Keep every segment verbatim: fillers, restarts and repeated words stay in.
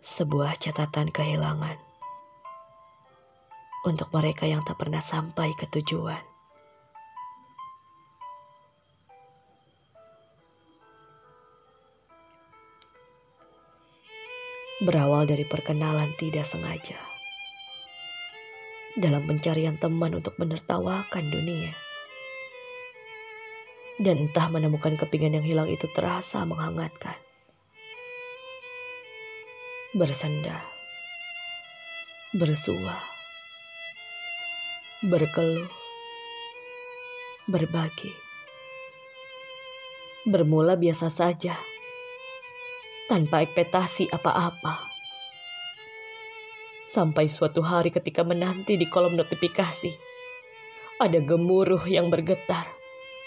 Sebuah catatan kehilangan untuk mereka yang tak pernah sampai ke tujuan. Berawal dari perkenalan tidak sengaja, dalam pencarian teman untuk menertawakan dunia. Dan entah menemukan kepingan yang hilang itu terasa menghangatkan. Bersenda, bersua, berkeluh, berbagi. Bermula biasa saja, tanpa ekspektasi apa-apa. Sampai suatu hari ketika menanti di kolom notifikasi, ada gemuruh yang bergetar.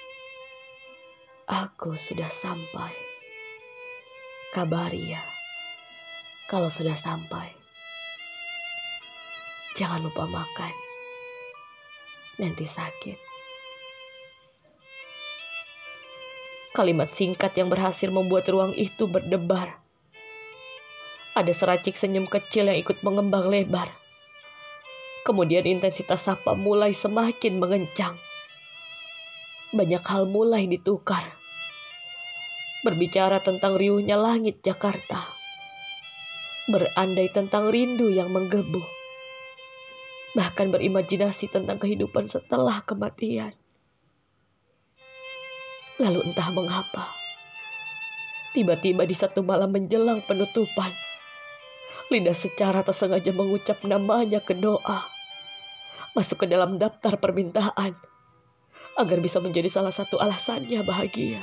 Aku sudah sampai. Kabari ya, kalau sudah sampai. Jangan lupa makan, nanti sakit. Kalimat singkat yang berhasil membuat ruang itu berdebar. Ada seracik senyum kecil yang ikut mengembang lebar. Kemudian intensitas sapa mulai semakin mengencang. Banyak hal mulai ditukar. Berbicara tentang riuhnya langit Jakarta. Berandai tentang rindu yang menggebu. Bahkan berimajinasi tentang kehidupan setelah kematian. Lalu entah mengapa, tiba-tiba di satu malam menjelang penutupan, lidah secara tak sengaja mengucap namanya ke doa, masuk ke dalam daftar permintaan, agar bisa menjadi salah satu alasannya bahagia.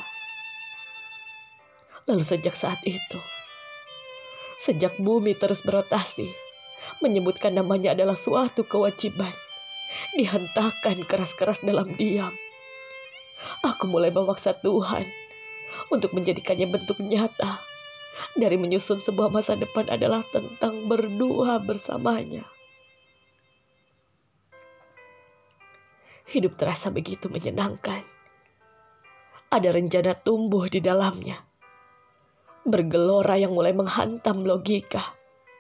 Lalu sejak saat itu, sejak bumi terus berotasi, menyebutkan namanya adalah suatu kewajiban, dihentakkan keras-keras dalam diam. Aku mulai memaksa Tuhan untuk menjadikannya bentuk nyata. Dari menyusun sebuah masa depan adalah tentang berdua bersamanya. Hidup terasa begitu menyenangkan. Ada rencana tumbuh di dalamnya. Bergelora yang mulai menghantam logika.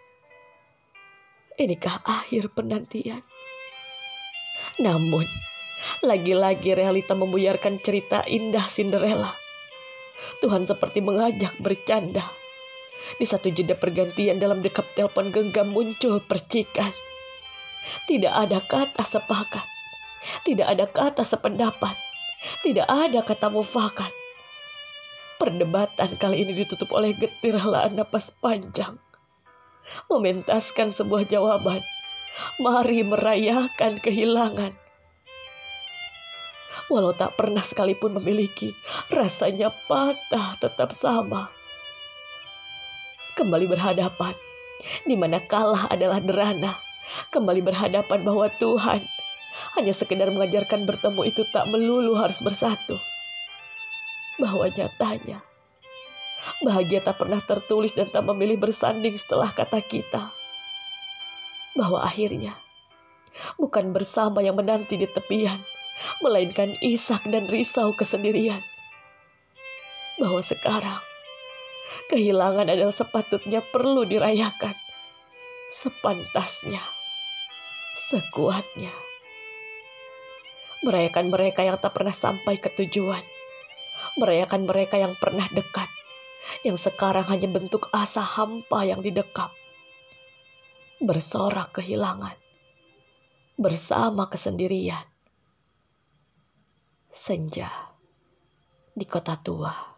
Inikah akhir penantian? Namun, lagi-lagi realita membuyarkan cerita indah Cinderella. Tuhan seperti mengajak bercanda. Di satu jeda pergantian dalam dekap telepon genggam muncul percikan. Tidak ada kata sepakat. Tidak ada kata sependapat. Tidak ada kata mufakat. Perdebatan kali ini ditutup oleh getir helaan napas panjang. Mementaskan sebuah jawaban. Mari merayakan kehilangan. Walau tak pernah sekalipun memiliki, rasanya patah tetap sama. Kembali berhadapan, di mana kalah adalah derana. Kembali berhadapan bahwa Tuhan hanya sekedar mengajarkan bertemu itu tak melulu harus bersatu. Bahwa nyatanya, bahagia tak pernah tertulis dan tak memilih bersanding setelah kata kita. Bahwa akhirnya, bukan bersama yang menanti di tepian, melainkan isak dan risau kesendirian. Bahwa sekarang, kehilangan adalah sepatutnya perlu dirayakan. Sepantasnya, sekuatnya. Merayakan mereka yang tak pernah sampai ke tujuan. Merayakan mereka yang pernah dekat, yang sekarang hanya bentuk asa hampa yang didekap. Bersorak kehilangan, bersama kesendirian. Senja di kota tua.